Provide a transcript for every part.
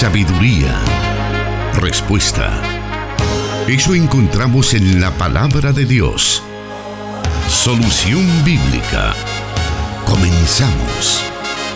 sabiduría, respuesta. Eso encontramos en la palabra de Dios. Solución Bíblica. Comenzamos.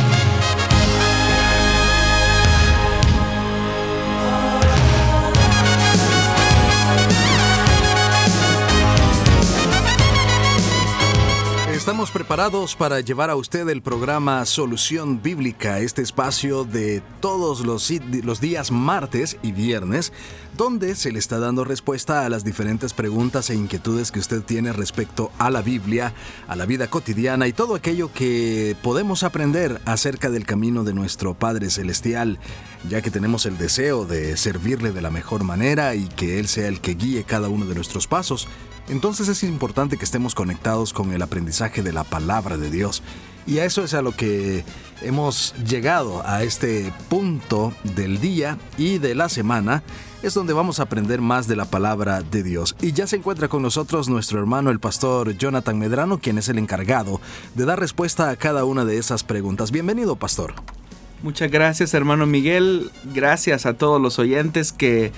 Estamos preparados para llevar a usted el programa Solución Bíblica, este espacio de todos los días martes y viernes, donde se le está dando respuesta a las diferentes preguntas e inquietudes que usted tiene respecto a la Biblia, a la vida cotidiana y todo aquello que podemos aprender acerca del camino de nuestro Padre Celestial, ya que tenemos el deseo de servirle de la mejor manera y que Él sea el que guíe cada uno de nuestros pasos. Entonces es importante que estemos conectados con el aprendizaje de la palabra de Dios. Y a eso es a lo que hemos llegado, a este punto del día y de la semana, es donde vamos a aprender más de la palabra de Dios. Y ya se encuentra con nosotros nuestro hermano el pastor Jonathan Medrano, quien es el encargado de dar respuesta a cada una de esas preguntas. Bienvenido, pastor. Muchas gracias, hermano Miguel. Gracias a todos los oyentes que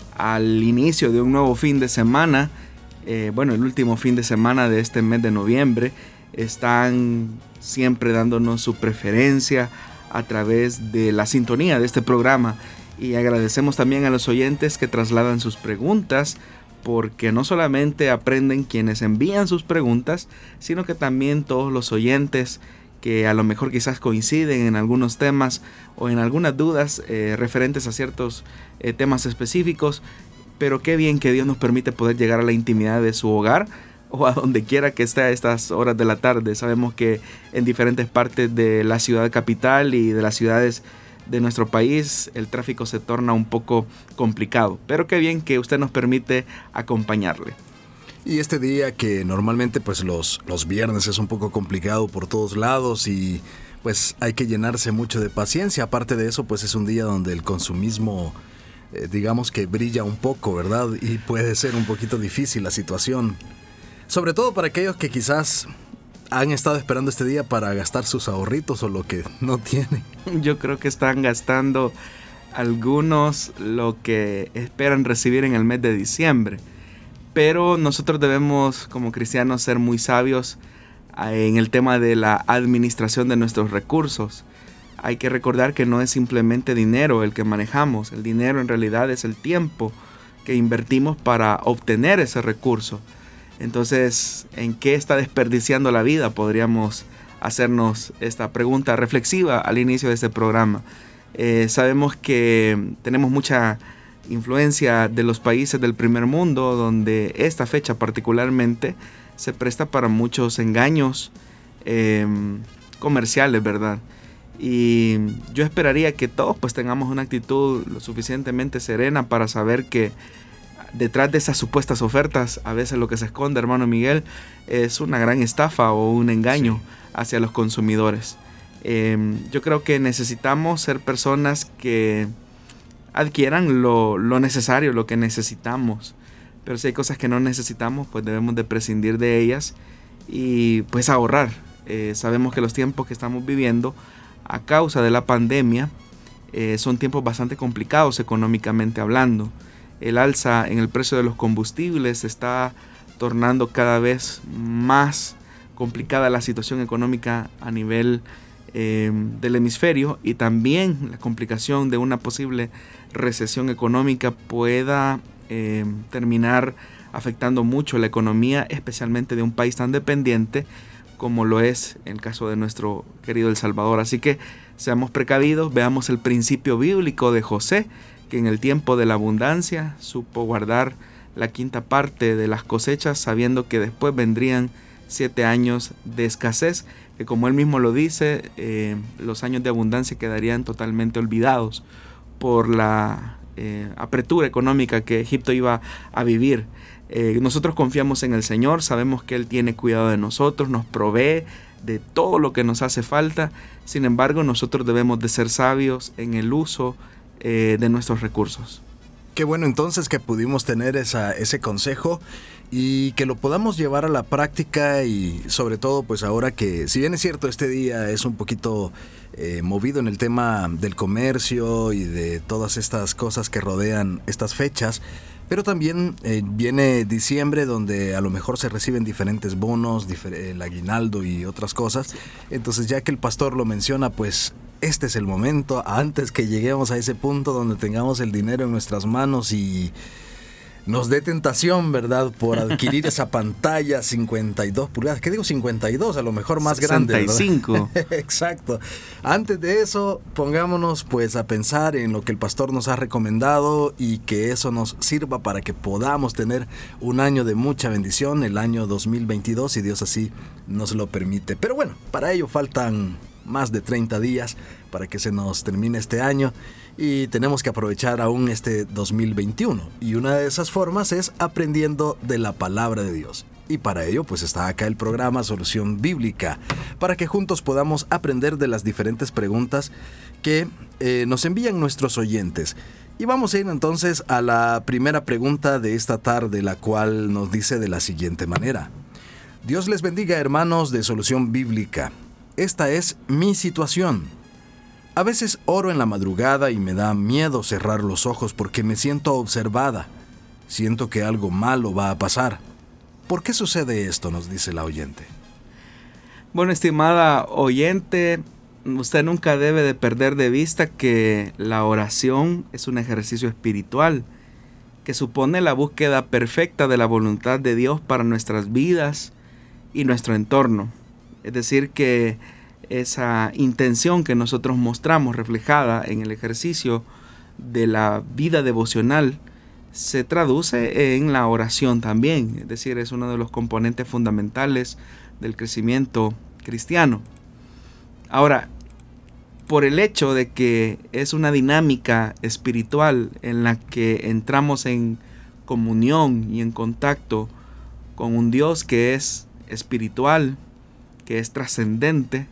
al inicio de un nuevo fin de semana, el último fin de semana de este mes de noviembre, están siempre dándonos su preferencia a través de la sintonía de este programa. Y agradecemos también a los oyentes que trasladan sus preguntas, porque no solamente aprenden quienes envían sus preguntas, sino que también todos los oyentes que a lo mejor quizás coinciden en algunos temas o en algunas dudas referentes a ciertos temas específicos. Pero qué bien que Dios nos permite poder llegar a la intimidad de su hogar o a donde quiera que esté a estas horas de la tarde. Sabemos que en diferentes partes de la ciudad capital y de las ciudades de nuestro país el tráfico se torna un poco complicado. Pero qué bien que usted nos permite acompañarle. Y este día que normalmente pues los viernes es un poco complicado por todos lados y pues hay que llenarse mucho de paciencia. Aparte de eso, pues es un día donde el consumismo digamos que brilla un poco, ¿verdad? Y puede ser un poquito difícil la situación. Sobre todo para aquellos que quizás han estado esperando este día para gastar sus ahorritos o lo que no tienen. Yo creo que están gastando algunos lo que esperan recibir en el mes de diciembre. Pero nosotros debemos, como cristianos, ser muy sabios en el tema de la administración de nuestros recursos. Hay que recordar que no es simplemente dinero el que manejamos. El dinero en realidad es el tiempo que invertimos para obtener ese recurso. Entonces, ¿en qué está desperdiciando la vida? Podríamos hacernos esta pregunta reflexiva al inicio de este programa. Sabemos que tenemos mucha influencia de los países del primer mundo, donde esta fecha particularmente se presta para muchos engaños comerciales, ¿verdad? Y yo esperaría que todos pues tengamos una actitud lo suficientemente serena para saber que detrás de esas supuestas ofertas a veces lo que se esconde, hermano Miguel, es una gran estafa o un engaño hacia los consumidores. Yo creo que necesitamos ser personas que adquieran lo necesario, lo que necesitamos. Pero si hay cosas que no necesitamos, pues debemos de prescindir de ellas y pues ahorrar. Sabemos que los tiempos que estamos viviendo a causa de la pandemia son tiempos bastante complicados económicamente hablando. El alza en el precio de los combustibles se está tornando cada vez más complicada la situación económica a nivel del hemisferio, y también la complicación de una posible recesión económica pueda terminar afectando mucho la economía, especialmente de un país tan dependiente como lo es el caso de nuestro querido El Salvador. Así que seamos precavidos, veamos el principio bíblico de José, que en el tiempo de la abundancia supo guardar la quinta parte de las cosechas, sabiendo que después vendrían 7 años de escasez, que como él mismo lo dice, los años de abundancia quedarían totalmente olvidados por la apertura económica que Egipto iba a vivir. Nosotros confiamos en el Señor, sabemos que Él tiene cuidado de nosotros, nos provee de todo lo que nos hace falta. Sin embargo, nosotros debemos de ser sabios en el uso de nuestros recursos. Qué bueno entonces que pudimos tener ese consejo y que lo podamos llevar a la práctica, y sobre todo pues ahora que, si bien es cierto, este día es un poquito movido en el tema del comercio y de todas estas cosas que rodean estas fechas, pero también viene diciembre, donde a lo mejor se reciben diferentes bonos, el aguinaldo y otras cosas. Entonces, ya que el pastor lo menciona, pues este es el momento, antes que lleguemos a ese punto donde tengamos el dinero en nuestras manos y nos dé tentación, ¿verdad?, por adquirir esa pantalla 52 pulgadas. ¿Qué digo 52? A lo mejor más 65. Grande, ¿verdad? Exacto. Antes de eso, pongámonos pues a pensar en lo que el pastor nos ha recomendado, y que eso nos sirva para que podamos tener un año de mucha bendición, el año 2022, si Dios así nos lo permite. Pero bueno, para ello faltan más de 30 días para que se nos termine este año, y tenemos que aprovechar aún este 2021, y una de esas formas es aprendiendo de la palabra de Dios. Y para ello pues está acá el programa Solución Bíblica, para que juntos podamos aprender de las diferentes preguntas que nos envían nuestros oyentes. Y vamos a ir entonces a la primera pregunta de esta tarde, la cual nos dice de la siguiente manera: Dios les bendiga, hermanos de Solución Bíblica. Esta es mi situación. A veces oro en la madrugada y me da miedo cerrar los ojos porque me siento observada. Siento que algo malo va a pasar. ¿Por qué sucede esto?, nos dice la oyente. Bueno, estimada oyente, usted nunca debe de perder de vista que la oración es un ejercicio espiritual que supone la búsqueda perfecta de la voluntad de Dios para nuestras vidas y nuestro entorno. Es decir, que esa intención que nosotros mostramos reflejada en el ejercicio de la vida devocional se traduce en la oración también. Es decir, es uno de los componentes fundamentales del crecimiento cristiano. Ahora, por el hecho de que es una dinámica espiritual en la que entramos en comunión y en contacto con un Dios que es espiritual, que es trascendente,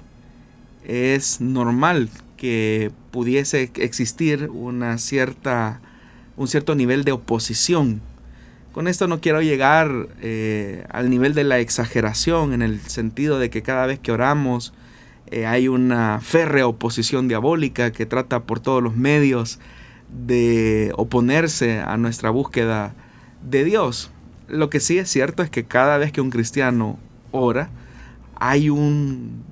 es normal que pudiese existir un cierto nivel de oposición. Con esto no quiero llegar al nivel de la exageración, en el sentido de que cada vez que oramos hay una férrea oposición diabólica que trata por todos los medios de oponerse a nuestra búsqueda de Dios. Lo que sí es cierto es que cada vez que un cristiano ora, hay un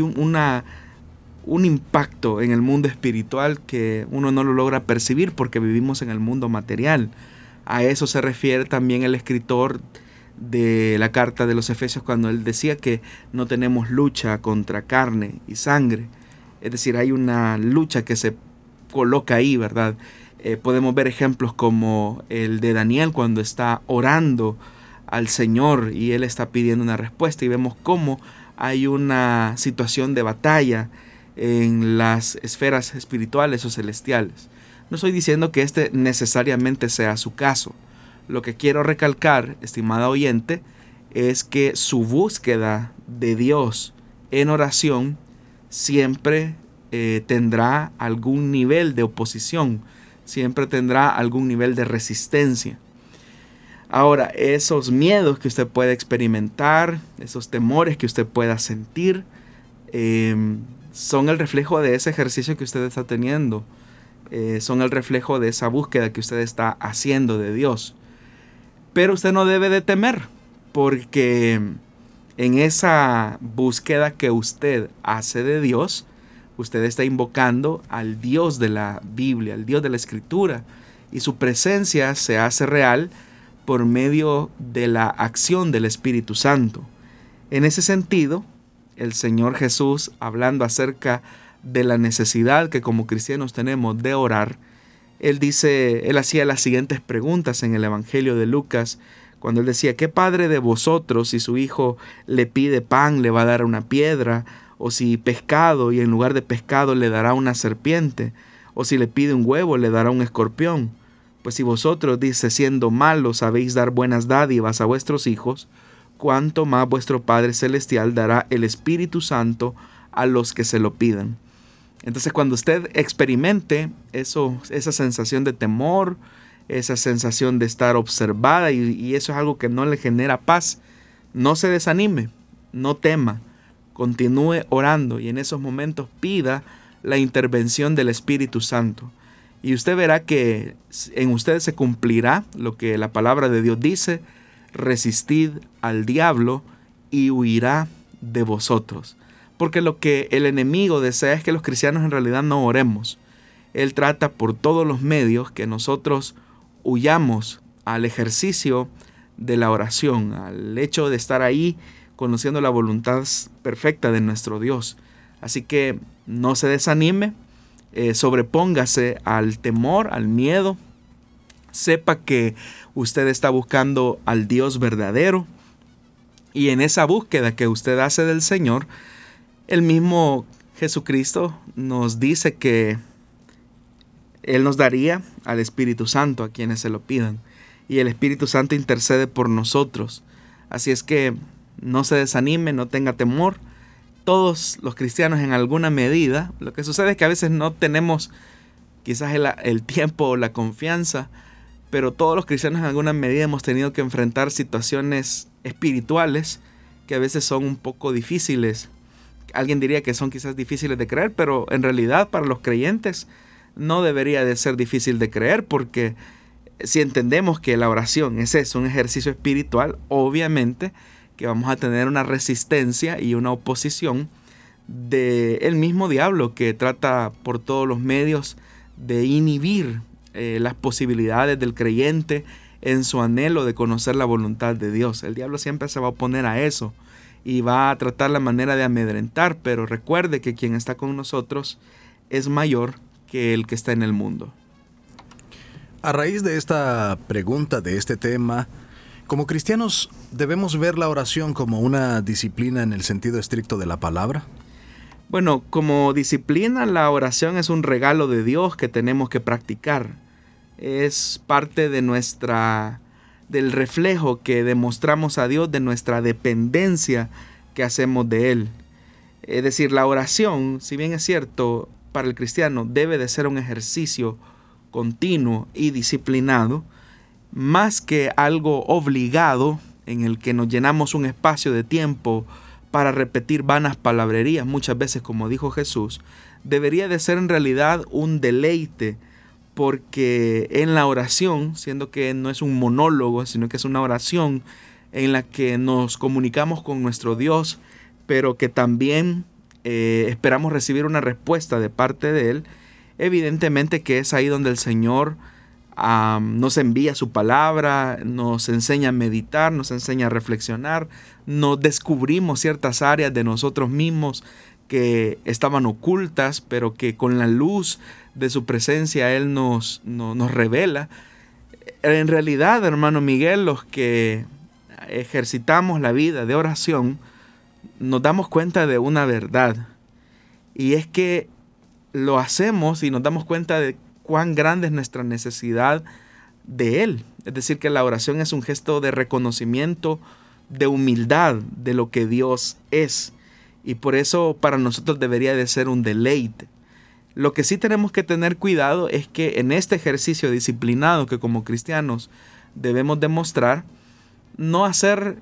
impacto en el mundo espiritual que uno no lo logra percibir porque vivimos en el mundo material. A eso se refiere también el escritor de la carta de los Efesios, cuando él decía que no tenemos lucha contra carne y sangre. Es decir, hay una lucha que se coloca ahí, ¿verdad? Podemos ver ejemplos como el de Daniel cuando está orando al Señor y él está pidiendo una respuesta, y vemos cómo hay una situación de batalla en las esferas espirituales o celestiales. No estoy diciendo que este necesariamente sea su caso. Lo que quiero recalcar, estimada oyente, es que su búsqueda de Dios en oración siempre tendrá algún nivel de oposición, siempre tendrá algún nivel de resistencia. Ahora, esos miedos que usted puede experimentar, esos temores que usted pueda sentir, son el reflejo de ese ejercicio que usted está teniendo, son el reflejo de esa búsqueda que usted está haciendo de Dios. Pero usted no debe de temer, porque en esa búsqueda que usted hace de Dios, usted está invocando al Dios de la Biblia, al Dios de la Escritura, y su presencia se hace real por medio de la acción del Espíritu Santo. En ese sentido, el Señor Jesús, hablando acerca de la necesidad que como cristianos tenemos de orar, Él hacía las siguientes preguntas en el Evangelio de Lucas, cuando Él decía: ¿qué padre de vosotros, si su hijo le pide pan, le va a dar una piedra? O si pescado, y en lugar de pescado le dará una serpiente? O si le pide un huevo, le dará un escorpión. Pues si vosotros, dice, siendo malos, sabéis dar buenas dádivas a vuestros hijos, cuánto más vuestro Padre Celestial dará el Espíritu Santo a los que se lo pidan. Entonces, cuando usted experimente esa sensación de temor, esa sensación de estar observada y eso es algo que no le genera paz. No se desanime, no tema, continúe orando y en esos momentos pida la intervención del Espíritu Santo. Y usted verá que en usted se cumplirá lo que la palabra de Dios dice: resistid al diablo y huirá de vosotros. Porque lo que el enemigo desea es que los cristianos en realidad no oremos. Él trata por todos los medios que nosotros huyamos al ejercicio de la oración, al hecho de estar ahí conociendo la voluntad perfecta de nuestro Dios. Así que no se desanime, sobrepóngase al temor, al miedo. Sepa que usted está buscando al Dios verdadero y en esa búsqueda que usted hace del Señor, el mismo Jesucristo nos dice que Él nos daría al Espíritu Santo a quienes se lo pidan. Y el Espíritu Santo intercede por nosotros. Así es que no se desanime, no tenga temor. Todos los cristianos en alguna medida, lo que sucede es que a veces no tenemos quizás el tiempo o la confianza, pero todos los cristianos en alguna medida hemos tenido que enfrentar situaciones espirituales que a veces son un poco difíciles. Alguien diría que son quizás difíciles de creer, pero en realidad para los creyentes no debería de ser difícil de creer, porque si entendemos que la oración es eso, un ejercicio espiritual, obviamente que vamos a tener una resistencia y una oposición del mismo diablo que trata por todos los medios de inhibir las posibilidades del creyente en su anhelo de conocer la voluntad de Dios. El diablo siempre se va a oponer a eso y va a tratar la manera de amedrentar, pero recuerde que quien está con nosotros es mayor que el que está en el mundo. A raíz de esta pregunta, de este tema, como cristianos, ¿debemos ver la oración como una disciplina en el sentido estricto de la palabra? Bueno, como disciplina, la oración es un regalo de Dios que tenemos que practicar. Es parte de del reflejo que demostramos a Dios de nuestra dependencia que hacemos de Él. Es decir, la oración, si bien es cierto, para el cristiano debe de ser un ejercicio continuo y disciplinado, más que algo obligado en el que nos llenamos un espacio de tiempo para repetir vanas palabrerías, muchas veces como dijo Jesús, debería de ser en realidad un deleite, porque en la oración, siendo que no es un monólogo, sino que es una oración en la que nos comunicamos con nuestro Dios, pero que también esperamos recibir una respuesta de parte de Él, evidentemente que es ahí donde el Señor nos envía su palabra, nos enseña a meditar, nos enseña a reflexionar, nos descubrimos ciertas áreas de nosotros mismos que estaban ocultas, pero que con la luz de su presencia Él nos revela. En realidad, hermano Miguel, los que ejercitamos la vida de oración, nos damos cuenta de una verdad, y es que lo hacemos y nos damos cuenta de cuán grande es nuestra necesidad de Él. Es decir, que la oración es un gesto de reconocimiento, de humildad de lo que Dios es. Y por eso para nosotros debería de ser un deleite. Lo que sí tenemos que tener cuidado es que en este ejercicio disciplinado que como cristianos debemos demostrar, no hacer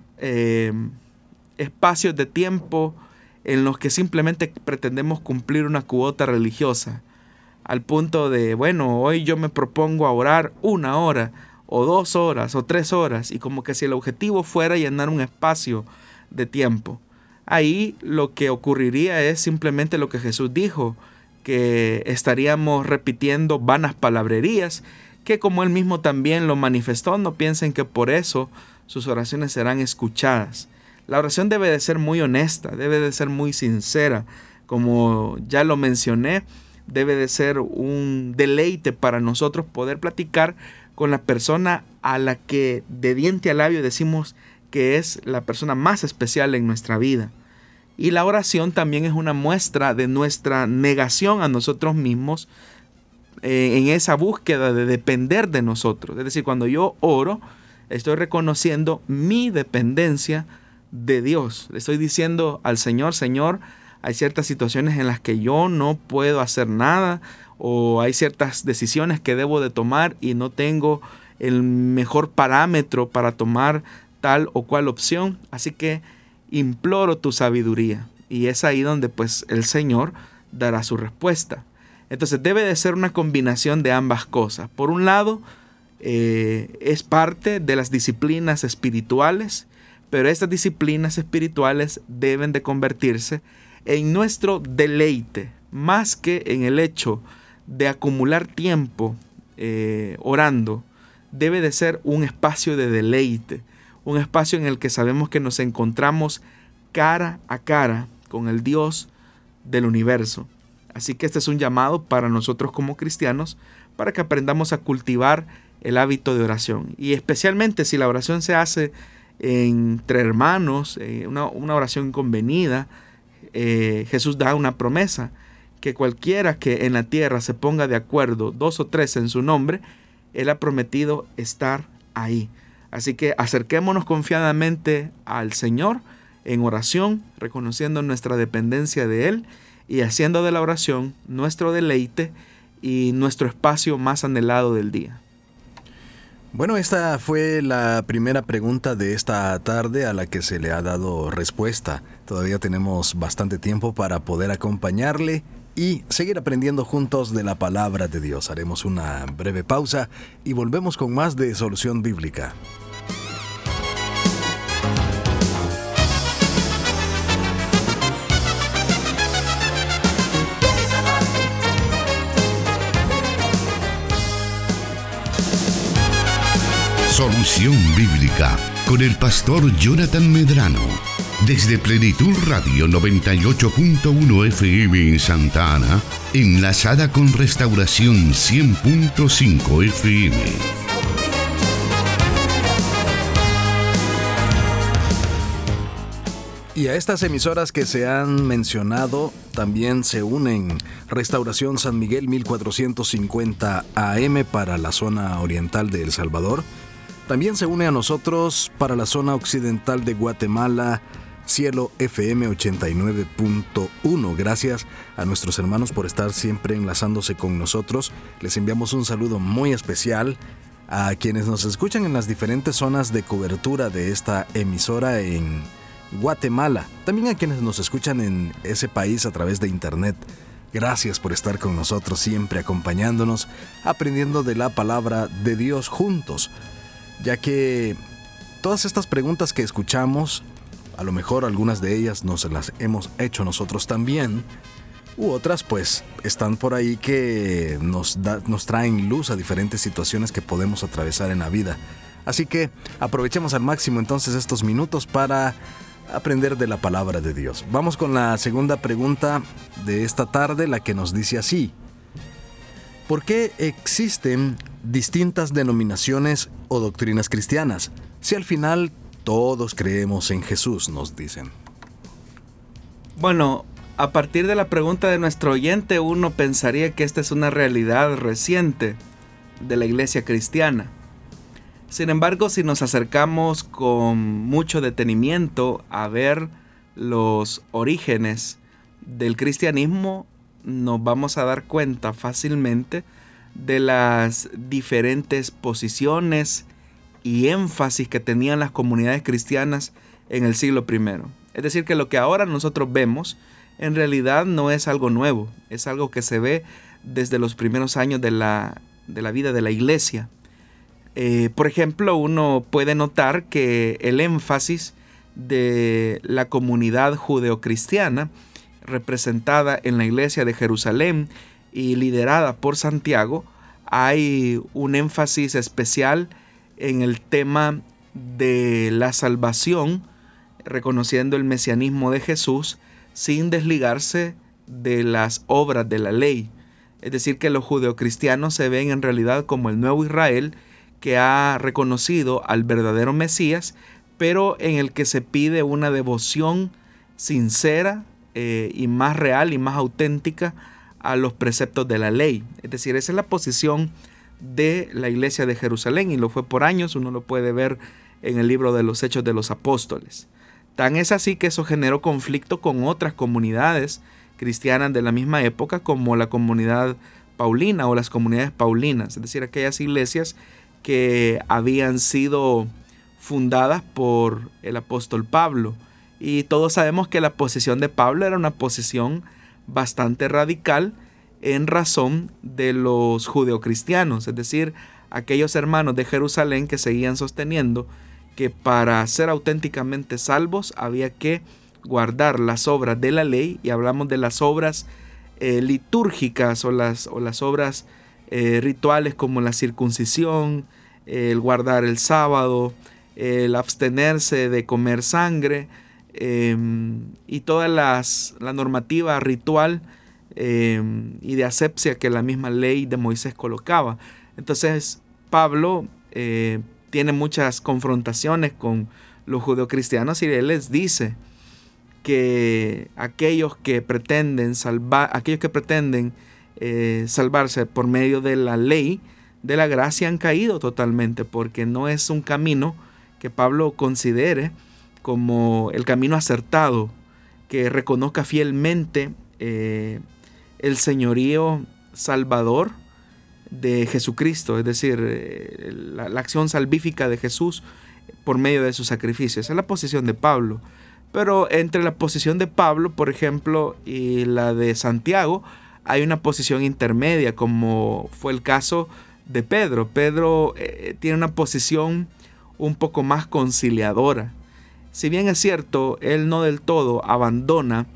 espacios de tiempo en los que simplemente pretendemos cumplir una cuota religiosa. Al punto de, bueno, hoy yo me propongo a orar 1 hora, o 2 horas, o 3 horas, y como que si el objetivo fuera llenar un espacio de tiempo. Ahí lo que ocurriría es simplemente lo que Jesús dijo, que estaríamos repitiendo vanas palabrerías, que como Él mismo también lo manifestó, no piensen que por eso sus oraciones serán escuchadas. La oración debe de ser muy honesta, debe de ser muy sincera, como ya lo mencioné. Debe de ser un deleite para nosotros poder platicar con la persona a la que de diente a labio decimos que es la persona más especial en nuestra vida. Y la oración también es una muestra de nuestra negación a nosotros mismos en esa búsqueda de depender de nosotros. Es decir, cuando yo oro, estoy reconociendo mi dependencia de Dios. Le estoy diciendo al Señor, Señor, hay ciertas situaciones en las que yo no puedo hacer nada, o hay ciertas decisiones que debo de tomar y no tengo el mejor parámetro para tomar tal o cual opción, así que imploro tu sabiduría. Y es ahí donde pues el Señor dará su respuesta. Entonces debe de ser una combinación de ambas cosas. Por un lado, es parte de las disciplinas espirituales, pero estas disciplinas espirituales deben de convertirse en nuestro deleite, más que en el hecho de acumular tiempo orando. Debe de ser un espacio de deleite, un espacio en el que sabemos que nos encontramos cara a cara con el Dios del universo. Así que este es un llamado para nosotros como cristianos, para que aprendamos a cultivar el hábito de oración. Y especialmente si la oración se hace entre hermanos, una oración convenida, Jesús da una promesa, que cualquiera que en la tierra se ponga de acuerdo, 2 o 3 en su nombre, Él ha prometido estar ahí. Así que acerquémonos confiadamente al Señor en oración, reconociendo nuestra dependencia de Él y haciendo de la oración nuestro deleite y nuestro espacio más anhelado del día. Bueno, esta fue la primera pregunta de esta tarde a la que se le ha dado respuesta. Todavía tenemos bastante tiempo para poder acompañarle y seguir aprendiendo juntos de la palabra de Dios. Haremos una breve pausa y volvemos con más de Solución Bíblica. Solución Bíblica con el pastor Jonathan Medrano. Desde Plenitud Radio 98.1 FM en Santa Ana, enlazada con Restauración 100.5 FM. Y a estas emisoras que se han mencionado también se unen Restauración San Miguel 1450 AM para la zona oriental de El Salvador. También se une a nosotros para la zona occidental de Guatemala, Cielo FM 89.1. Gracias a nuestros hermanos por estar siempre enlazándose con nosotros. Les enviamos un saludo muy especial a quienes nos escuchan en las diferentes zonas de cobertura de esta emisora en Guatemala. También a quienes nos escuchan en ese país a través de internet. Gracias por estar con nosotros siempre acompañándonos, aprendiendo de la palabra de Dios juntos. Ya que todas estas preguntas que escuchamos, a lo mejor algunas de ellas nos las hemos hecho nosotros también, u otras pues están por ahí que nos traen luz a diferentes situaciones que podemos atravesar en la vida. Así que aprovechemos al máximo entonces estos minutos para aprender de la palabra de Dios. Vamos con la segunda pregunta de esta tarde, la que nos dice así: ¿por qué existen distintas denominaciones o doctrinas cristianas, si al final todos creemos en Jesús?, nos dicen. Bueno, a partir de la pregunta de nuestro oyente, uno pensaría que esta es una realidad reciente de la iglesia cristiana. Sin embargo, si nos acercamos con mucho detenimiento a ver los orígenes del cristianismo, nos vamos a dar cuenta fácilmente de las diferentes posiciones y énfasis que tenían las comunidades cristianas en el siglo I. Es decir, que lo que ahora nosotros vemos en realidad no es algo nuevo, es algo que se ve desde los primeros años de la vida de la iglesia. Por ejemplo, uno puede notar que el énfasis de la comunidad judeocristiana representada en la iglesia de Jerusalén y liderada por Santiago, hay un énfasis especial en el tema de la salvación, reconociendo el mesianismo de Jesús sin desligarse de las obras de la ley. Es decir, que los judeocristianos se ven en realidad como el nuevo Israel que ha reconocido al verdadero Mesías, pero en el que se pide una devoción sincera y más real y más auténtica a los preceptos de la ley. Es decir, esa es la posición de la iglesia de Jerusalén y lo fue por años. Uno lo puede ver en el libro de los Hechos de los Apóstoles. Tan es así que eso generó conflicto con otras comunidades cristianas de la misma época, como la comunidad paulina o las comunidades paulinas, es decir, aquellas iglesias que habían sido fundadas por el apóstol Pablo. Y todos sabemos que la posición de Pablo era una posición bastante radical en razón de los judeocristianos, es decir, aquellos hermanos de Jerusalén que seguían sosteniendo que para ser auténticamente salvos había que guardar las obras de la ley, y hablamos de las obras litúrgicas o las obras rituales como la circuncisión, el guardar el sábado, el abstenerse de comer sangre, y toda la normativa ritual y de asepsia que la misma ley de Moisés colocaba. Entonces Pablo tiene muchas confrontaciones con los judeocristianos y él les dice que aquellos que pretenden salvarse por medio de la ley de la gracia han caído totalmente, porque no es un camino que Pablo considere como el camino acertado, que reconozca fielmente el señorío salvador de Jesucristo, es decir, la acción salvífica de Jesús por medio de su sacrificio. Esa es la posición de Pablo. Pero entre la posición de Pablo, por ejemplo, y la de Santiago, hay una posición intermedia, como fue el caso de Pedro. Pedro tiene una posición un poco más conciliadora. Si bien es cierto, él no del todo abandona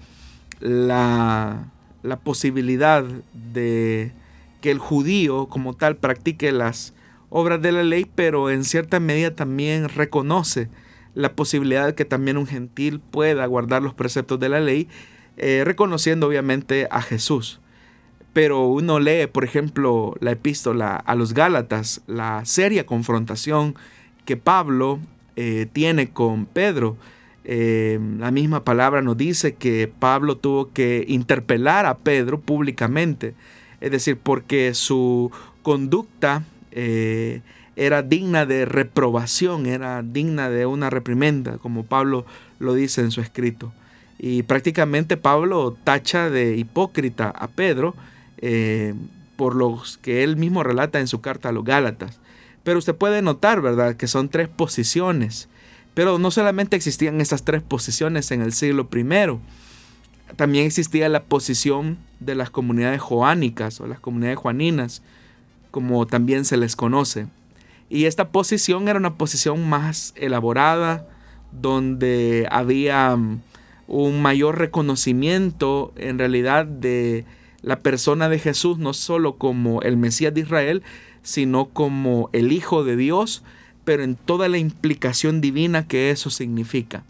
la posibilidad de que el judío como tal practique las obras de la ley, pero en cierta medida también reconoce la posibilidad de que también un gentil pueda guardar los preceptos de la ley, reconociendo obviamente a Jesús. Pero uno lee, por ejemplo, la epístola a los Gálatas, la seria confrontación que Pablo tiene con Pedro. La misma palabra nos dice que Pablo tuvo que interpelar a Pedro públicamente, es decir, porque su conducta era digna de reprobación, era digna de una reprimenda, como Pablo lo dice en su escrito. Y prácticamente Pablo tacha de hipócrita a Pedro por los que él mismo relata en su carta a los Gálatas. Pero usted puede notar, ¿verdad?, que son tres posiciones. Pero no solamente existían esas tres posiciones en el siglo I. También existía la posición de las comunidades joánicas o las comunidades juaninas, como también se les conoce. Y esta posición era una posición más elaborada, donde había un mayor reconocimiento en realidad de la persona de Jesús, no solo como el Mesías de Israel, sino como el Hijo de Dios, pero en toda la implicación divina que eso significa.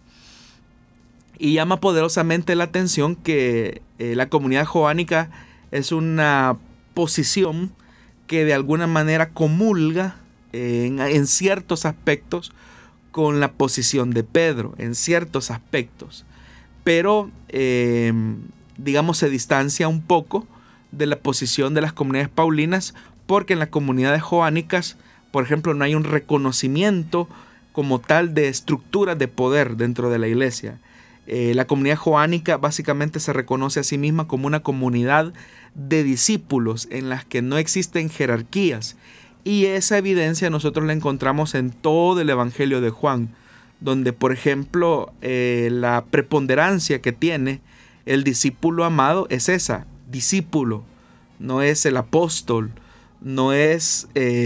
Y llama poderosamente la atención que la comunidad joánica es una posición que de alguna manera comulga en ciertos aspectos con la posición de Pedro, en ciertos aspectos. Pero, digamos, se distancia un poco de la posición de las comunidades paulinas, porque en las comunidades joánicas, por ejemplo, no hay un reconocimiento como tal de estructuras de poder dentro de la iglesia. La comunidad joánica básicamente se reconoce a sí misma como una comunidad de discípulos en las que no existen jerarquías. Y esa evidencia nosotros la encontramos en todo el Evangelio de Juan, donde, por ejemplo, la preponderancia que tiene el discípulo amado es esa, discípulo, no es el apóstol, no es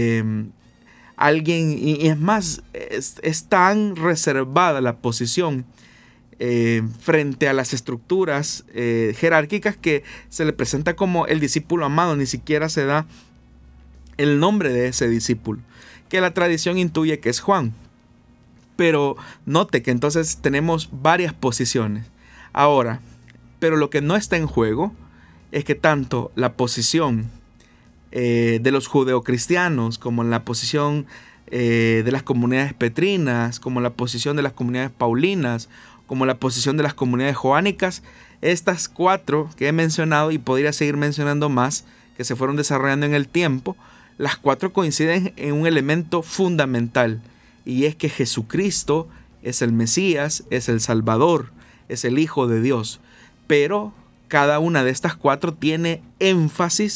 alguien, y es más, es tan reservada la posición frente a las estructuras jerárquicas que se le presenta como el discípulo amado, ni siquiera se da el nombre de ese discípulo, que la tradición intuye que es Juan. Pero note que entonces tenemos varias posiciones. Ahora, pero lo que no está en juego es que tanto la posición de los judeocristianos como la posición de las comunidades petrinas, como la posición de las comunidades paulinas, como la posición de las comunidades joánicas, estas cuatro que he mencionado, y podría seguir mencionando más que se fueron desarrollando en el tiempo, las cuatro coinciden en un elemento fundamental, y es que Jesucristo es el Mesías, es el Salvador, es el Hijo de Dios. Pero cada una de estas cuatro tiene énfasis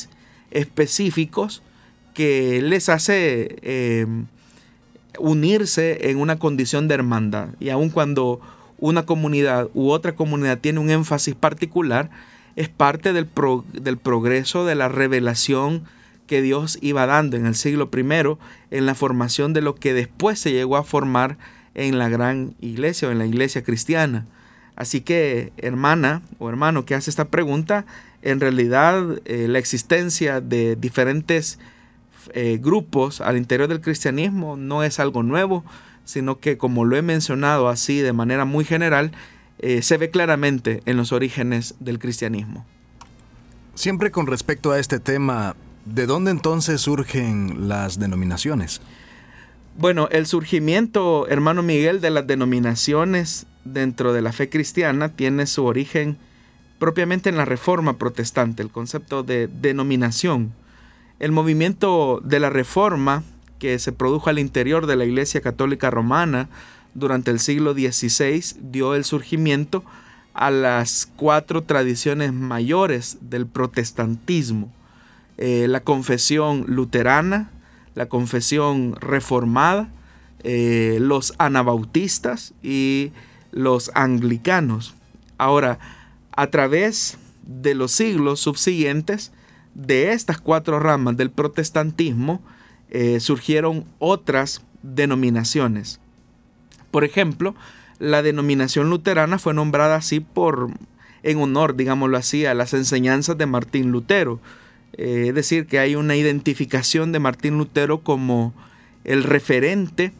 específicos que les hace unirse en una condición de hermandad. Y aun cuando una comunidad u otra comunidad tiene un énfasis particular, es parte del progreso de la revelación que Dios iba dando en el siglo I en la formación de lo que después se llegó a formar en la gran iglesia o en la iglesia cristiana. Así que, hermana o hermano que hace esta pregunta, en realidad la existencia de diferentes grupos al interior del cristianismo no es algo nuevo, sino que, como lo he mencionado así de manera muy general, se ve claramente en los orígenes del cristianismo. Siempre con respecto a este tema, ¿de dónde entonces surgen las denominaciones? Bueno, el surgimiento, hermano Miguel, de las denominaciones dentro de la fe cristiana tiene su origen propiamente en la Reforma protestante, el concepto de denominación. El movimiento de la Reforma que se produjo al interior de la Iglesia Católica Romana durante el siglo XVI dio el surgimiento a las 4 tradiciones mayores del protestantismo: la confesión luterana, la confesión reformada, los anabautistas y los anglicanos. Ahora, a través de los siglos subsiguientes de estas 4 ramas del protestantismo, surgieron otras denominaciones. Por ejemplo, la denominación luterana fue nombrada así en honor, digámoslo así, a las enseñanzas de Martín Lutero. Es decir, que hay una identificación de Martín Lutero como el referente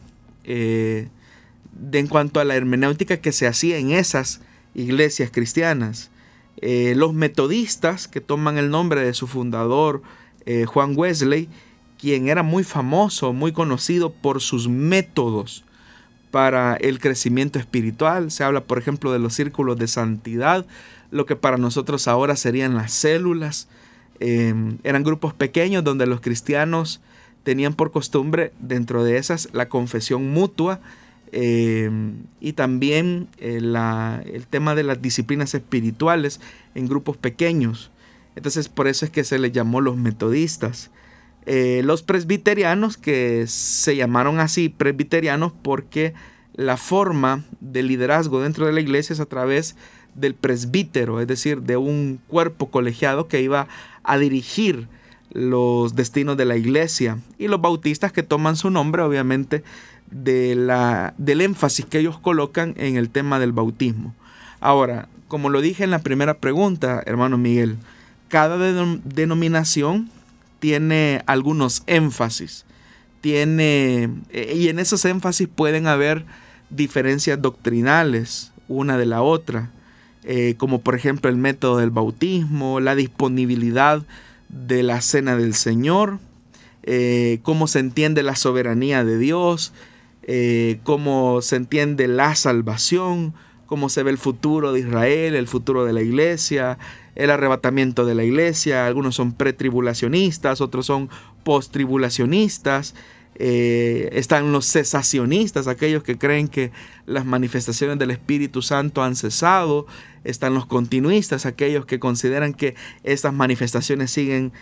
en cuanto a la hermenéutica que se hacía en esas iglesias cristianas. Los metodistas, que toman el nombre de su fundador, Juan Wesley, quien era muy famoso, muy conocido por sus métodos para el crecimiento espiritual. Se habla, por ejemplo, de los círculos de santidad, lo que para nosotros ahora serían las células. Eran grupos pequeños donde los cristianos tenían por costumbre, dentro de esas, la confesión mutua y también el tema de las disciplinas espirituales en grupos pequeños. Entonces, por eso es que se les llamó los metodistas. Los presbiterianos, que se llamaron así presbiterianos porque la forma de liderazgo dentro de la iglesia es a través del presbítero, es decir, de un cuerpo colegiado que iba a dirigir los destinos de la iglesia. Y los bautistas, que toman su nombre obviamente del énfasis que ellos colocan en el tema del bautismo. Ahora, como lo dije en la primera pregunta, hermano Miguel, cada denominación tiene algunos énfasis, y en esos énfasis pueden haber diferencias doctrinales una de la otra, como por ejemplo el método del bautismo, la disponibilidad de la cena del Señor, cómo se entiende la soberanía de Dios, cómo se entiende la salvación, cómo se ve el futuro de Israel, el futuro de la iglesia, el arrebatamiento de la iglesia. Algunos son pretribulacionistas, otros son posttribulacionistas. Están los cesacionistas, aquellos que creen que las manifestaciones del Espíritu Santo han cesado. Están los continuistas, aquellos que consideran que estas manifestaciones siguen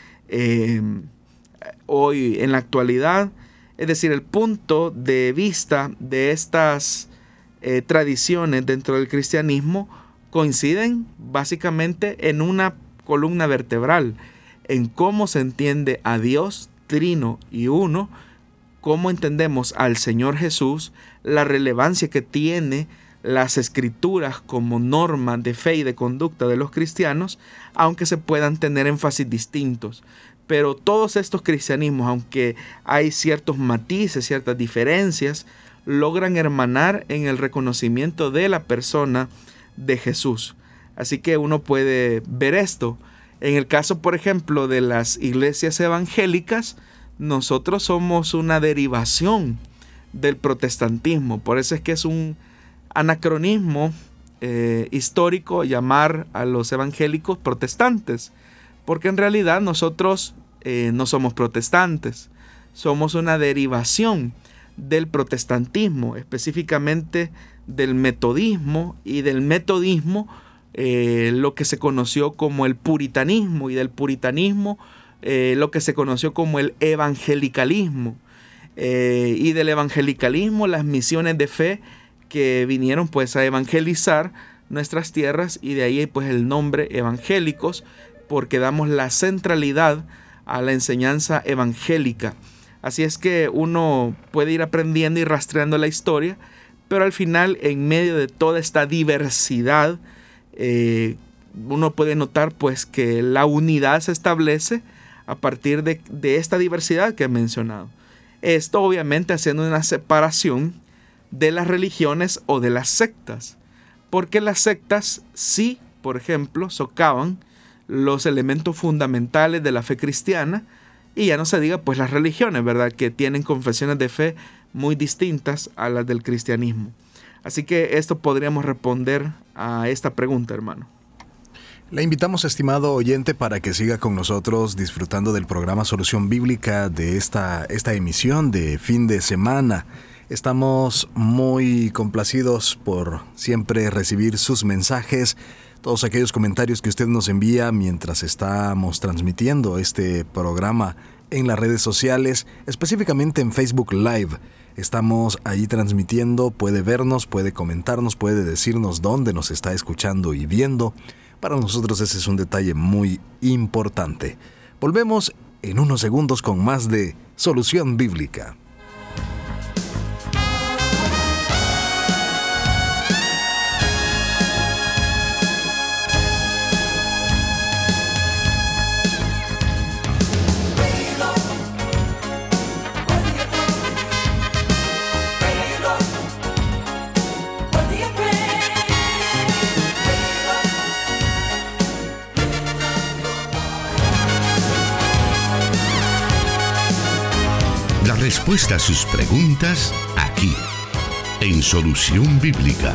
hoy en la actualidad. Es decir, el punto de vista de estas tradiciones dentro del cristianismo coinciden básicamente en una columna vertebral, en cómo se entiende a Dios trino y uno, cómo entendemos al Señor Jesús, la relevancia que tiene las escrituras como norma de fe y de conducta de los cristianos, aunque se puedan tener énfasis distintos. Pero todos estos cristianismos, aunque hay ciertos matices, ciertas diferencias, logran hermanar en el reconocimiento de la persona de Jesús. Así que uno puede ver esto. En el caso, por ejemplo, de las iglesias evangélicas, nosotros somos una derivación del protestantismo. Por eso es que es un anacronismo histórico llamar a los evangélicos protestantes, porque en realidad nosotros no somos protestantes, somos una derivación del protestantismo, específicamente del metodismo, y del metodismo lo que se conoció como el puritanismo, y del puritanismo lo que se conoció como el evangelicalismo. Y del evangelicalismo, las misiones de fe que vinieron pues a evangelizar nuestras tierras, y de ahí pues el nombre evangélicos, porque damos la centralidad a la enseñanza evangélica. Así es que uno puede ir aprendiendo y rastreando la historia, pero al final, en medio de toda esta diversidad, uno puede notar pues que la unidad se establece a partir de esta diversidad que he mencionado. Esto obviamente haciendo una separación de las religiones o de las sectas, porque las sectas sí, por ejemplo, socavan los elementos fundamentales de la fe cristiana, y ya no se diga pues las religiones, ¿verdad?, que tienen confesiones de fe muy distintas a las del cristianismo. Así que esto podríamos responder a esta pregunta, hermano. Le invitamos, estimado oyente, para que siga con nosotros disfrutando del programa Solución Bíblica de esta emisión de fin de semana. Estamos muy complacidos por siempre recibir sus mensajes, todos aquellos comentarios que usted nos envía mientras estamos transmitiendo este programa en las redes sociales, específicamente en Facebook Live. Estamos ahí transmitiendo, puede vernos, puede comentarnos, puede decirnos dónde nos está escuchando y viendo. Para nosotros ese es un detalle muy importante. Volvemos en unos segundos con más de Solución Bíblica. La respuesta a sus preguntas aquí, en Solución Bíblica.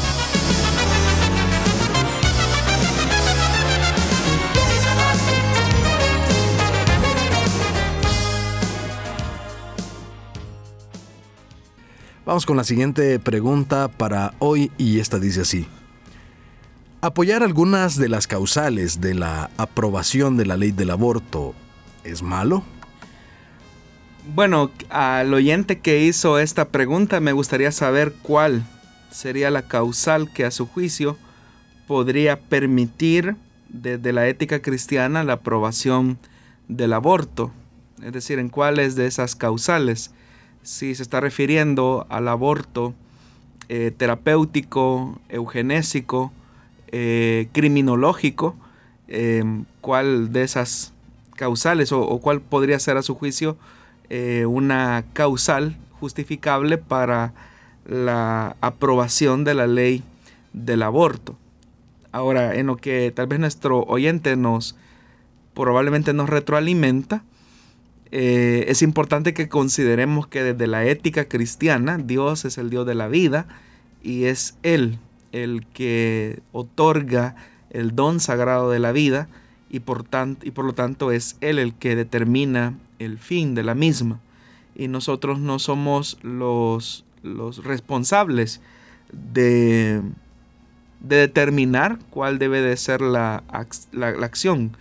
Vamos con la siguiente pregunta para hoy, y esta dice así: ¿apoyar algunas de las causales de la aprobación de la ley del aborto es malo? Bueno, al oyente que hizo esta pregunta me gustaría saber cuál sería la causal que a su juicio podría permitir desde la ética cristiana la aprobación del aborto. Es decir, en cuáles de esas causales. Si se está refiriendo al aborto terapéutico, eugenésico, criminológico, cuál de esas causales o cuál podría ser a su juicio una causal justificable para la aprobación de la ley del aborto. Ahora, en lo que tal vez nuestro oyente probablemente nos retroalimenta, es importante que consideremos que desde la ética cristiana, Dios es el Dios de la vida y es Él el que otorga el don sagrado de la vida, y por lo tanto es Él el que determina el fin de la misma, y nosotros no somos los responsables de determinar cuál debe de ser la acción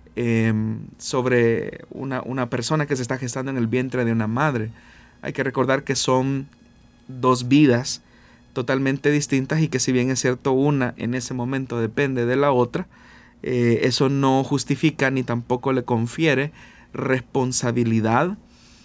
sobre una persona que se está gestando en el vientre de una madre. Hay que recordar que son dos vidas totalmente distintas, y que si bien es cierto una en ese momento depende de la otra, eso no justifica ni tampoco le confiere responsabilidad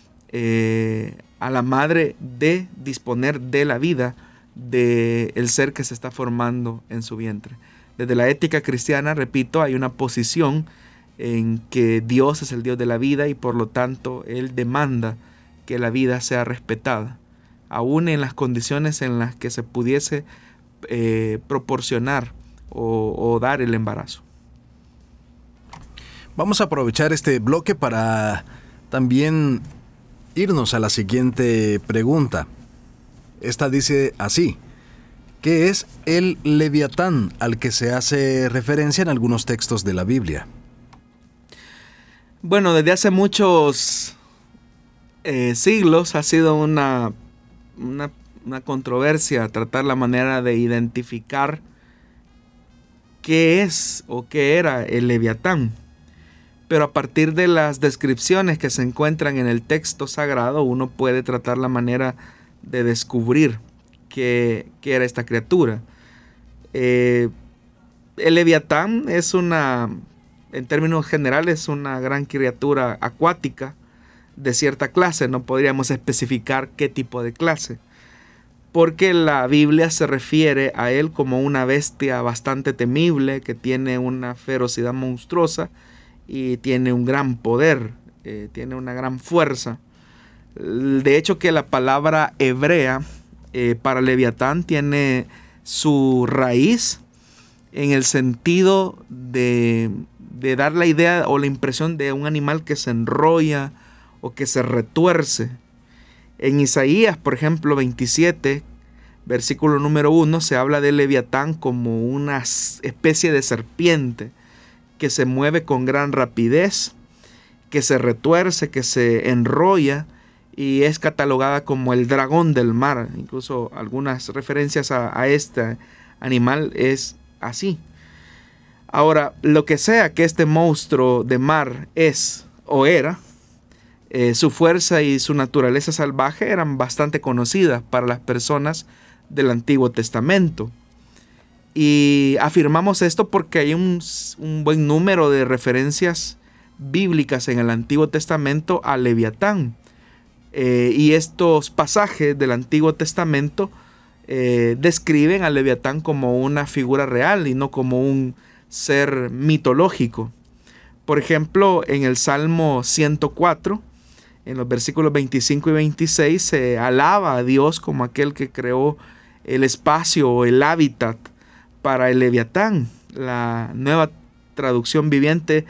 a la madre de disponer de la vida del ser que se está formando en su vientre. Desde la ética cristiana, repito, hay una posición en que Dios es el Dios de la vida, y por lo tanto Él demanda que la vida sea respetada, aún en las condiciones en las que se pudiese proporcionar o dar el embarazo. Vamos a aprovechar este bloque para también irnos a la siguiente pregunta. Esta dice así: ¿qué es el Leviatán al que se hace referencia en algunos textos de la Biblia? Bueno, desde hace muchos siglos ha sido una controversia tratar la manera de identificar qué es o qué era el Leviatán. pero a partir de las descripciones que se encuentran en el texto sagrado, uno puede tratar la manera de descubrir qué era esta criatura. El Leviatán es en términos generales, una gran criatura acuática de cierta clase. No podríamos especificar qué tipo de clase, porque la Biblia se refiere a él como una bestia bastante temible, que tiene una ferocidad monstruosa y tiene un gran poder, tiene una gran fuerza. De hecho, que la palabra hebrea para Leviatán tiene su raíz en el sentido de dar la idea o la impresión de un animal que se enrolla o que se retuerce. En Isaías, por ejemplo, 27, versículo número 1, se habla de Leviatán como una especie de serpiente que se mueve con gran rapidez, que se retuerce, que se enrolla, y es catalogada como el dragón del mar. Incluso algunas referencias a este animal es así. Ahora, lo que sea que este monstruo de mar es o era, su fuerza y su naturaleza salvaje eran bastante conocidas para las personas del Antiguo Testamento. Y afirmamos esto porque hay un buen número de referencias bíblicas en el Antiguo Testamento a Leviatán. Y estos pasajes del Antiguo Testamento describen a Leviatán como una figura real y no como un ser mitológico. Por ejemplo, en el Salmo 104, en los versículos 25 y 26, se alaba a Dios como aquel que creó el espacio o el hábitat para el Leviatán. La Nueva Traducción Viviente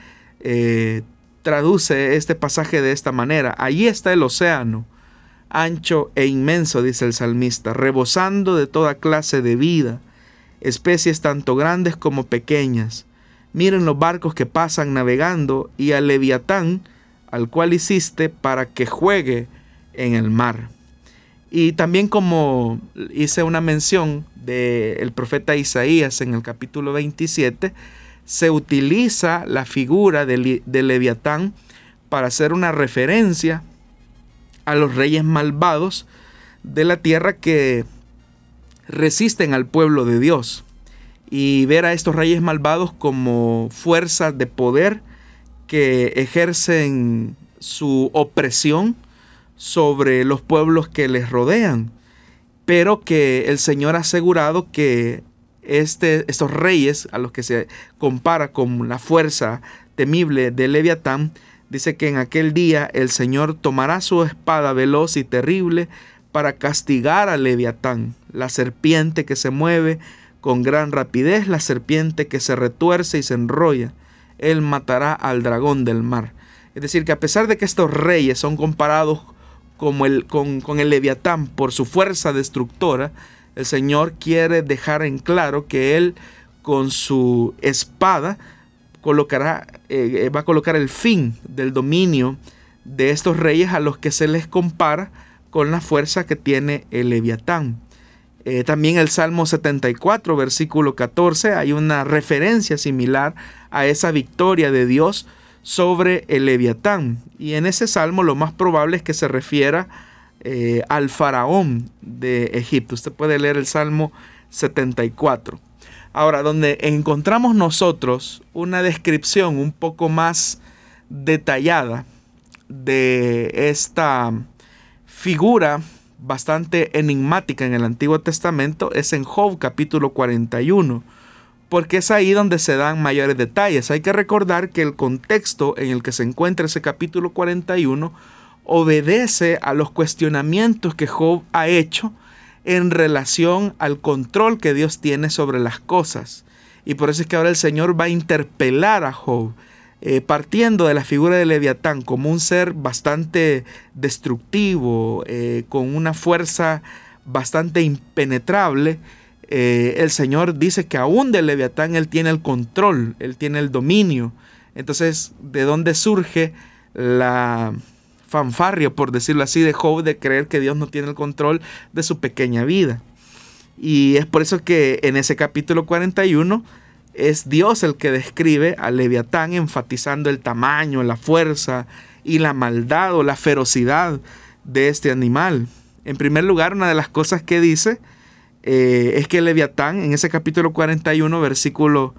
traduce este pasaje de esta manera: allí está el océano, ancho e inmenso, dice el salmista, rebosando de toda clase de vida, especies tanto grandes como pequeñas. Miren los barcos que pasan navegando, y al Leviatán, al cual hiciste para que juegue en el mar. Y también, como hice una mención del profeta Isaías en el capítulo 27, se utiliza la figura de Leviatán para hacer una referencia a los reyes malvados de la tierra que resisten al pueblo de Dios, y ver a estos reyes malvados como fuerzas de poder que ejercen su opresión sobre los pueblos que les rodean, pero que el Señor ha asegurado que estos reyes, a los que se compara con la fuerza temible de Leviatán, dice que en aquel día el Señor tomará su espada veloz y terrible para castigar a Leviatán, la serpiente que se mueve con gran rapidez, la serpiente que se retuerce y se enrolla. Él matará al dragón del mar. Es decir, que a pesar de que estos reyes son comparados con el Leviatán por su fuerza destructora, el Señor quiere dejar en claro que Él, con su espada, va a colocar el fin del dominio de estos reyes a los que se les compara con la fuerza que tiene el Leviatán. También el Salmo 74, versículo 14, hay una referencia similar a esa victoria de Dios sobre el Leviatán. Y en ese salmo lo más probable es que se refiera al faraón de Egipto. Usted puede leer el Salmo 74. Ahora, donde encontramos nosotros una descripción un poco más detallada de esta figura bastante enigmática en el Antiguo Testamento, es en Job capítulo 41, porque es ahí donde se dan mayores detalles. Hay que recordar que el contexto en el que se encuentra ese capítulo 41 obedece a los cuestionamientos que Job ha hecho en relación al control que Dios tiene sobre las cosas. Y por eso es que ahora el Señor va a interpelar a Job, partiendo de la figura de Leviatán como un ser bastante destructivo, con una fuerza bastante impenetrable. El Señor dice que aún de Leviatán Él tiene el control, Él tiene el dominio. Entonces, ¿de dónde surge la fanfarria, por decirlo así, de Job de creer que Dios no tiene el control de su pequeña vida? Y es por eso que en ese capítulo 41 es Dios el que describe al Leviatán, enfatizando el tamaño, la fuerza y la maldad o la ferocidad de este animal. En primer lugar, una de las cosas que dice es que el Leviatán, en ese capítulo 41, versículo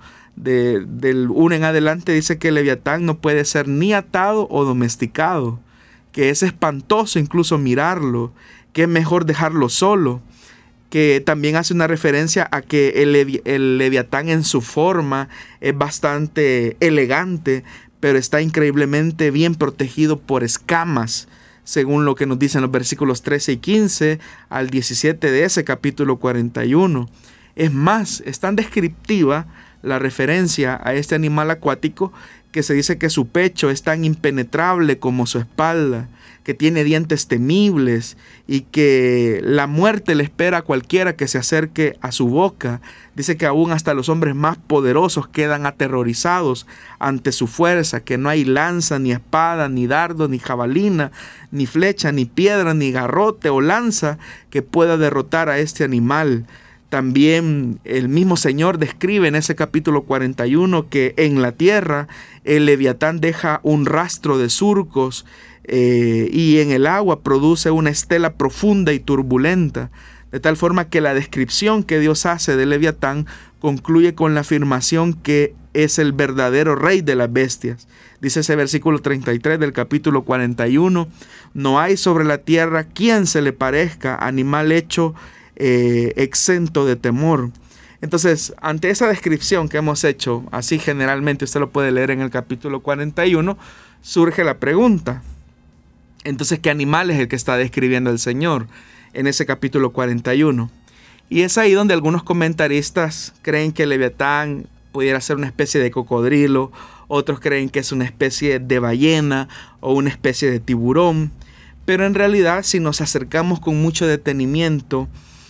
del 1 en adelante, dice que el Leviatán no puede ser ni atado o domesticado, que es espantoso incluso mirarlo, que es mejor dejarlo solo, que también hace una referencia a que el Leviatán en su forma es bastante elegante, pero está increíblemente bien protegido por escamas, según lo que nos dicen los versículos 13 y 15 al 17 de ese capítulo 41. Es más, es tan descriptiva la referencia a este animal acuático que se dice que su pecho es tan impenetrable como su espalda, que tiene dientes temibles y que la muerte le espera a cualquiera que se acerque a su boca. Dice que aún hasta los hombres más poderosos quedan aterrorizados ante su fuerza, que no hay lanza, ni espada, ni dardo, ni jabalina, ni flecha, ni piedra, ni garrote o lanza que pueda derrotar a este animal. También el mismo Señor describe en ese capítulo 41 que en la tierra el Leviatán deja un rastro de surcos y en el agua produce una estela profunda y turbulenta, de tal forma que la descripción que Dios hace del Leviatán concluye con la afirmación que es el verdadero rey de las bestias. Dice ese versículo 33 del capítulo 41, no hay sobre la tierra quien se le parezca, animal hecho exento de temor. Entonces, ante esa descripción que hemos hecho, así generalmente usted lo puede leer en el capítulo 41, surge la pregunta: entonces, ¿qué animal es el que está describiendo el Señor en ese capítulo 41? Y es ahí donde algunos comentaristas creen que el Leviatán pudiera ser una especie de cocodrilo, otros creen que es una especie de ballena o una especie de tiburón, pero en realidad, si nos acercamos con mucho detenimiento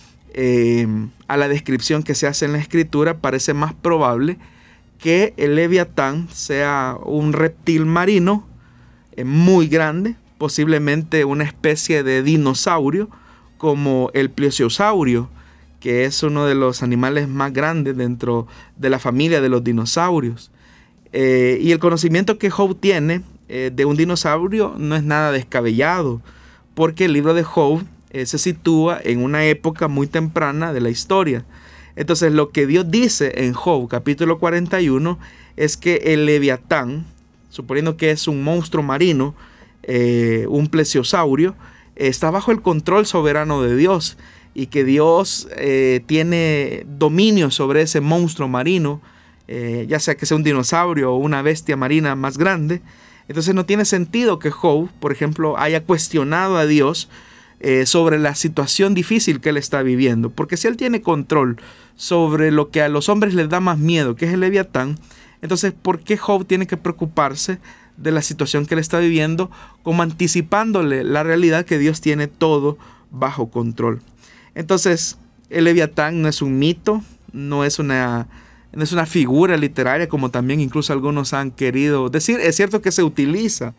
a la descripción que se hace en la Escritura, parece más probable que el Leviatán sea un reptil marino muy grande, posiblemente una especie de dinosaurio como el plesiosaurio, que es uno de los animales más grandes dentro de la familia de los dinosaurios. Y el conocimiento que Job tiene de un dinosaurio no es nada descabellado, porque el libro de Job se sitúa en una época muy temprana de la historia. Entonces, lo que Dios dice en Job capítulo 41 es que el Leviatán, suponiendo que es un monstruo marino, un plesiosaurio, está bajo el control soberano de Dios, y que Dios tiene dominio sobre ese monstruo marino, ya sea que sea un dinosaurio o una bestia marina más grande. Entonces no tiene sentido que Job, por ejemplo, haya cuestionado a Dios sobre la situación difícil que él está viviendo, porque si él tiene control sobre lo que a los hombres les da más miedo, que es el Leviatán, entonces ¿por qué Job tiene que preocuparse de la situación que él está viviendo, como anticipándole la realidad que Dios tiene todo bajo control? Entonces, el Leviatán no es un mito, no es una figura literaria, como también incluso algunos han querido decir. Es cierto que se utiliza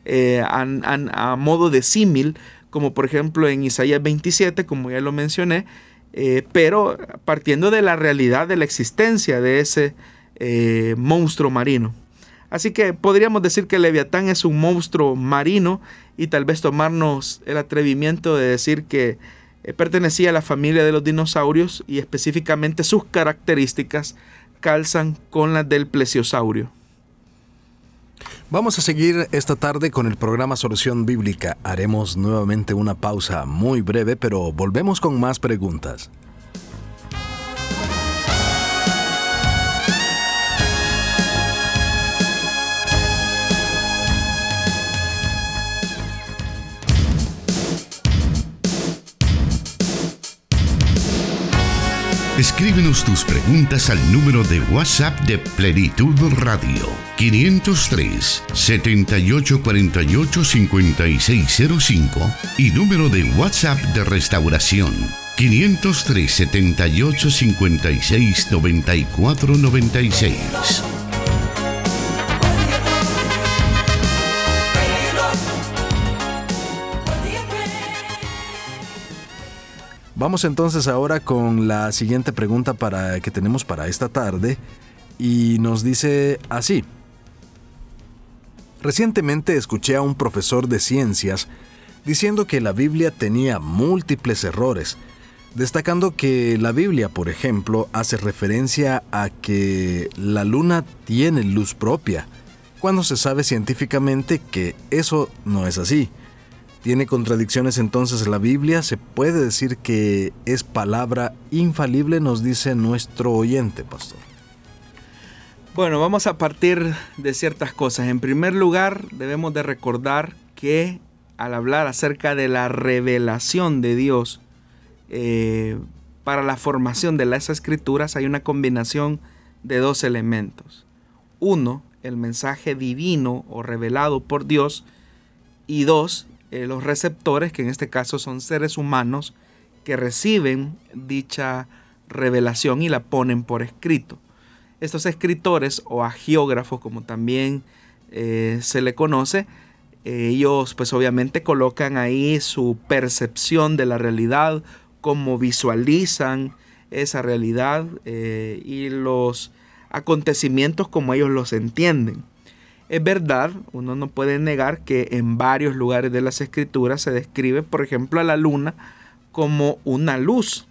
a modo de símil, como por ejemplo en Isaías 27, como ya lo mencioné, pero partiendo de la realidad de la existencia de ese monstruo marino. Así que podríamos decir que el Leviatán es un monstruo marino, y tal vez tomarnos el atrevimiento de decir que pertenecía a la familia de los dinosaurios, y específicamente sus características calzan con las del plesiosaurio. Vamos a seguir esta tarde con el programa Solución Bíblica. Haremos nuevamente una pausa muy breve, pero volvemos con más preguntas. Escríbenos tus preguntas al número de WhatsApp de Plenitud Radio, 503-7848-5605, y número de WhatsApp de Restauración, 503-7856-9496. Vamos entonces ahora con la siguiente pregunta que tenemos para esta tarde. y nos dice así. Recientemente escuché a un profesor de ciencias diciendo que la Biblia tenía múltiples errores, destacando que la Biblia, por ejemplo, hace referencia a que la luna tiene luz propia, cuando se sabe científicamente que eso no es así. ¿Tiene contradicciones entonces la Biblia? ¿Se puede decir que es palabra infalible?, nos dice nuestro oyente, pastor. Bueno, vamos a partir de ciertas cosas. En primer lugar, debemos de recordar que al hablar acerca de la revelación de Dios para la formación de las Escrituras, hay una combinación de dos elementos. Uno, el mensaje divino o revelado por Dios, y dos, los receptores, que en este caso son seres humanos que reciben dicha revelación y la ponen por escrito. Estos escritores o agiógrafos, como también se le conoce, ellos pues obviamente colocan ahí su percepción de la realidad, cómo visualizan esa realidad y los acontecimientos como ellos los entienden. Es verdad, uno no puede negar que en varios lugares de las Escrituras se describe, por ejemplo, a la luna como una luz,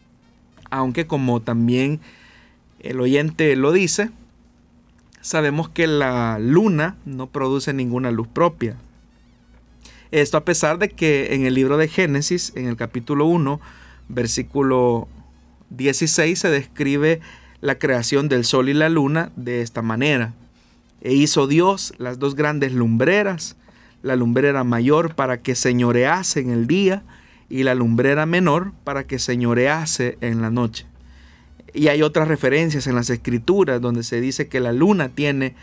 aunque como también el oyente lo dice, sabemos que la luna no produce ninguna luz propia. Esto a pesar de que en el libro de Génesis, en el capítulo 1, versículo 16, se describe la creación del sol y la luna de esta manera. E hizo Dios las dos grandes lumbreras, la lumbrera mayor para que señorease en el día y la lumbrera menor para que señorease en la noche. Y hay otras referencias en las Escrituras donde se dice que la luna tiene,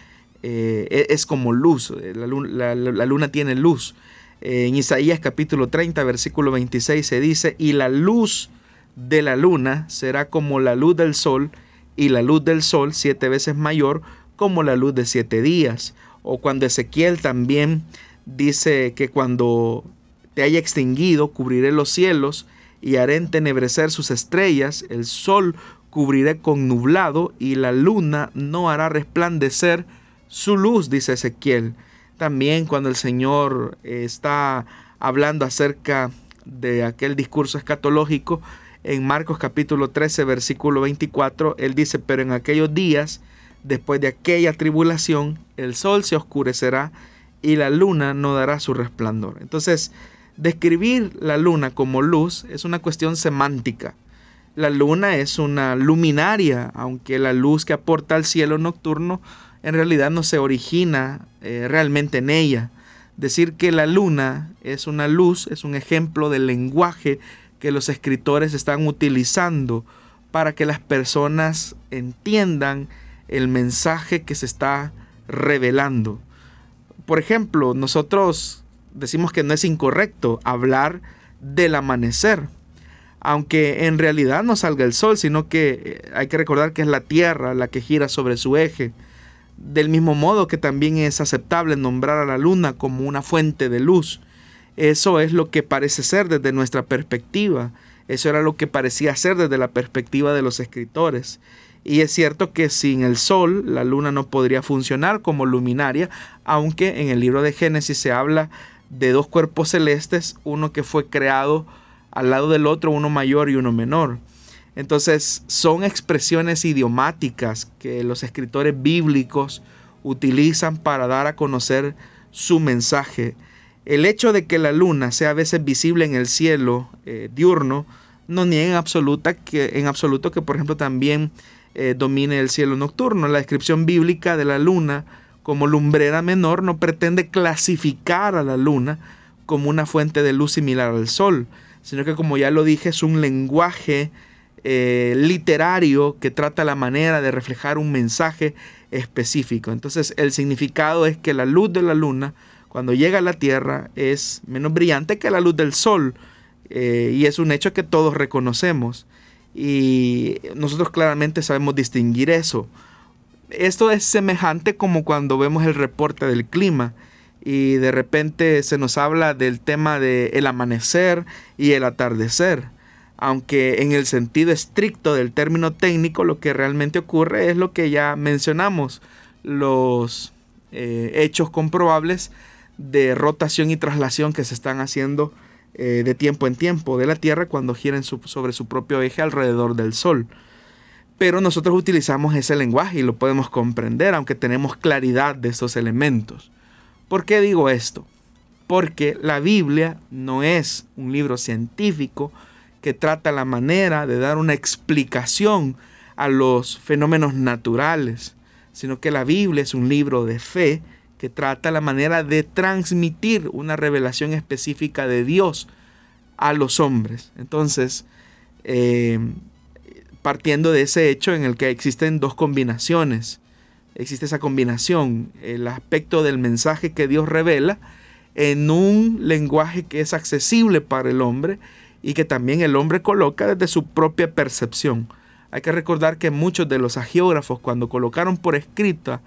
es como luz, la luna tiene luz. En Isaías capítulo 30, versículo 26 se dice, y la luz de la luna será como la luz del sol, y la luz del sol 7 veces mayor como la luz de 7 días. O cuando Ezequiel también dice que cuando te haya extinguido, cubriré los cielos y haré entenebrecer sus estrellas, el sol cubriré con nublado y la luna no hará resplandecer su luz, dice Ezequiel. También cuando el Señor está hablando acerca de aquel discurso escatológico, en Marcos capítulo 13, versículo 24, Él dice, pero en aquellos días, después de aquella tribulación, el sol se oscurecerá y la luna no dará su resplandor. Entonces, describir la luna como luz es una cuestión semántica. La luna es una luminaria, aunque la luz que aporta al cielo nocturno en realidad no se origina realmente en ella. Decir que la luna es una luz es un ejemplo del lenguaje que los escritores están utilizando para que las personas entiendan el mensaje que se está revelando. Por ejemplo, nosotros decimos que no es incorrecto hablar del amanecer, aunque en realidad no salga el sol, sino que hay que recordar que es la Tierra la que gira sobre su eje. Del mismo modo que también es aceptable nombrar a la luna como una fuente de luz. Eso es lo que parece ser desde nuestra perspectiva. Eso era lo que parecía ser desde la perspectiva de los escritores. Y es cierto que sin el sol, la luna no podría funcionar como luminaria, aunque en el libro de Génesis se habla de dos cuerpos celestes, uno que fue creado al lado del otro, uno mayor y uno menor. Entonces son expresiones idiomáticas que los escritores bíblicos utilizan para dar a conocer su mensaje. El hecho de que la luna sea a veces visible en el cielo diurno no niega en absoluto que por ejemplo también domine el cielo nocturno. La descripción bíblica de la luna como lumbrera menor no pretende clasificar a la luna como una fuente de luz similar al sol, sino que, como ya lo dije, es un lenguaje literario que trata la manera de reflejar un mensaje específico. Entonces el significado es que la luz de la luna cuando llega a la Tierra es menos brillante que la luz del sol, y es un hecho que todos reconocemos y nosotros claramente sabemos distinguir eso. Esto es semejante como cuando vemos el reporte del clima y de repente se nos habla del tema del amanecer y el atardecer. aunque en el sentido estricto del término técnico lo que realmente ocurre es lo que ya mencionamos, los hechos comprobables de rotación y traslación que se están haciendo de tiempo en tiempo de la Tierra cuando giran sobre su propio eje alrededor del Sol. Pero nosotros utilizamos ese lenguaje y lo podemos comprender, aunque tenemos claridad de estos elementos. ¿Por qué digo esto? Porque la Biblia no es un libro científico que trata la manera de dar una explicación a los fenómenos naturales, sino que la Biblia es un libro de fe que trata la manera de transmitir una revelación específica de Dios a los hombres. Entonces, partiendo de ese hecho en el que existen dos combinaciones, existe esa combinación, el aspecto del mensaje que Dios revela en un lenguaje que es accesible para el hombre y que también el hombre coloca desde su propia percepción. Hay que recordar que muchos de los agiógrafos, cuando colocaron por escrita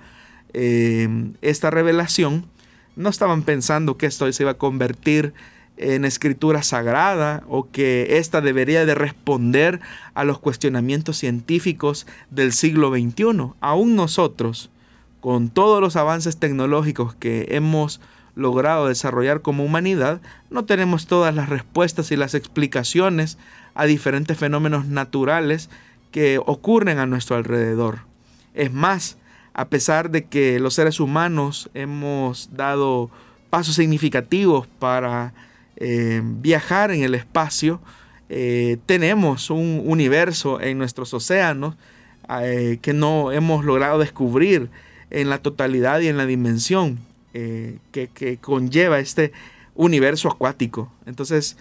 esta revelación, no estaban pensando que esto se iba a convertir en escritura sagrada o que ésta debería de responder a los cuestionamientos científicos del siglo XXI. Aún nosotros, con todos los avances tecnológicos que hemos logrado desarrollar como humanidad, no tenemos todas las respuestas y las explicaciones a diferentes fenómenos naturales que ocurren a nuestro alrededor. Es más, a pesar de que los seres humanos hemos dado pasos significativos para viajar en el espacio, tenemos un universo en nuestros océanos que no hemos logrado descubrir en la totalidad y en la dimensión que conlleva este universo acuático. Entonces,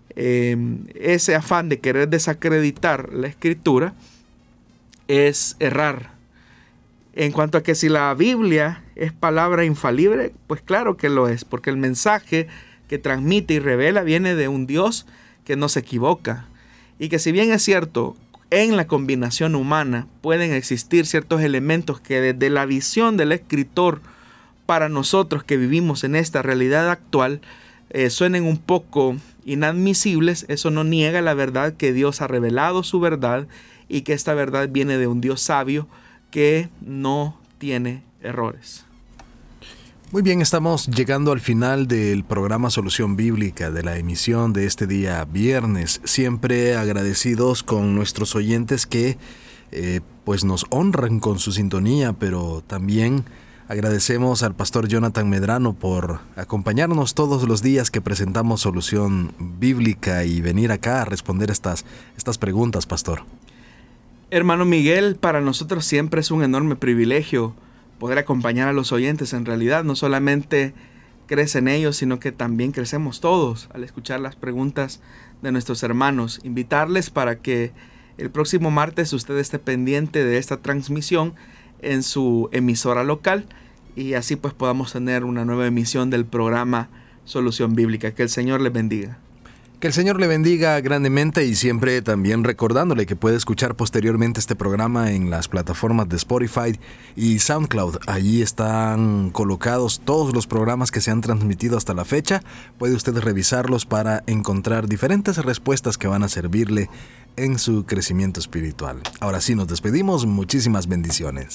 ese afán de querer desacreditar la Escritura es errar. En cuanto a que si la Biblia es palabra infalible, pues claro que lo es, porque el mensaje que transmite y revela viene de un Dios que no se equivoca. Y que si bien es cierto, en la combinación humana pueden existir ciertos elementos que desde la visión del escritor, para nosotros que vivimos en esta realidad actual, suenen un poco inadmisibles, eso no niega la verdad que Dios ha revelado su verdad y que esta verdad viene de un Dios sabio que no tiene errores. Muy bien, estamos llegando al final del programa Solución Bíblica de la emisión de este día viernes. Siempre agradecidos con nuestros oyentes que pues nos honran con su sintonía, pero también agradecemos al pastor Jonathan Medrano por acompañarnos todos los días que presentamos Solución Bíblica y venir acá a responder estas preguntas, pastor. Hermano Miguel, para nosotros siempre es un enorme privilegio poder acompañar a los oyentes. En realidad no solamente crecen ellos, sino que también crecemos todos al escuchar las preguntas de nuestros hermanos. Invitarles para que el próximo martes usted esté pendiente de esta transmisión en su emisora local y así pues podamos tener una nueva emisión del programa Solución Bíblica. Que el Señor les bendiga. Que el Señor le bendiga grandemente y siempre también recordándole que puede escuchar posteriormente este programa en las plataformas de Spotify y SoundCloud. Allí están colocados todos los programas que se han transmitido hasta la fecha. Puede usted revisarlos para encontrar diferentes respuestas que van a servirle en su crecimiento espiritual. Ahora sí nos despedimos. Muchísimas bendiciones.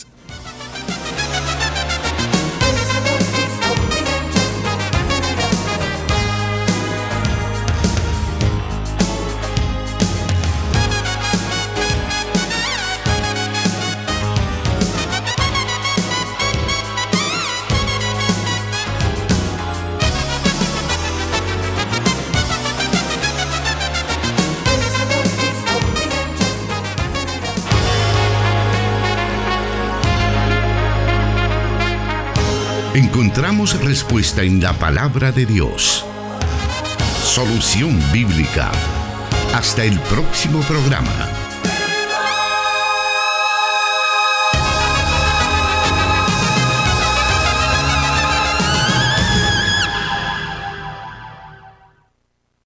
Encontramos respuesta en la palabra de Dios. Solución Bíblica. Hasta el próximo programa.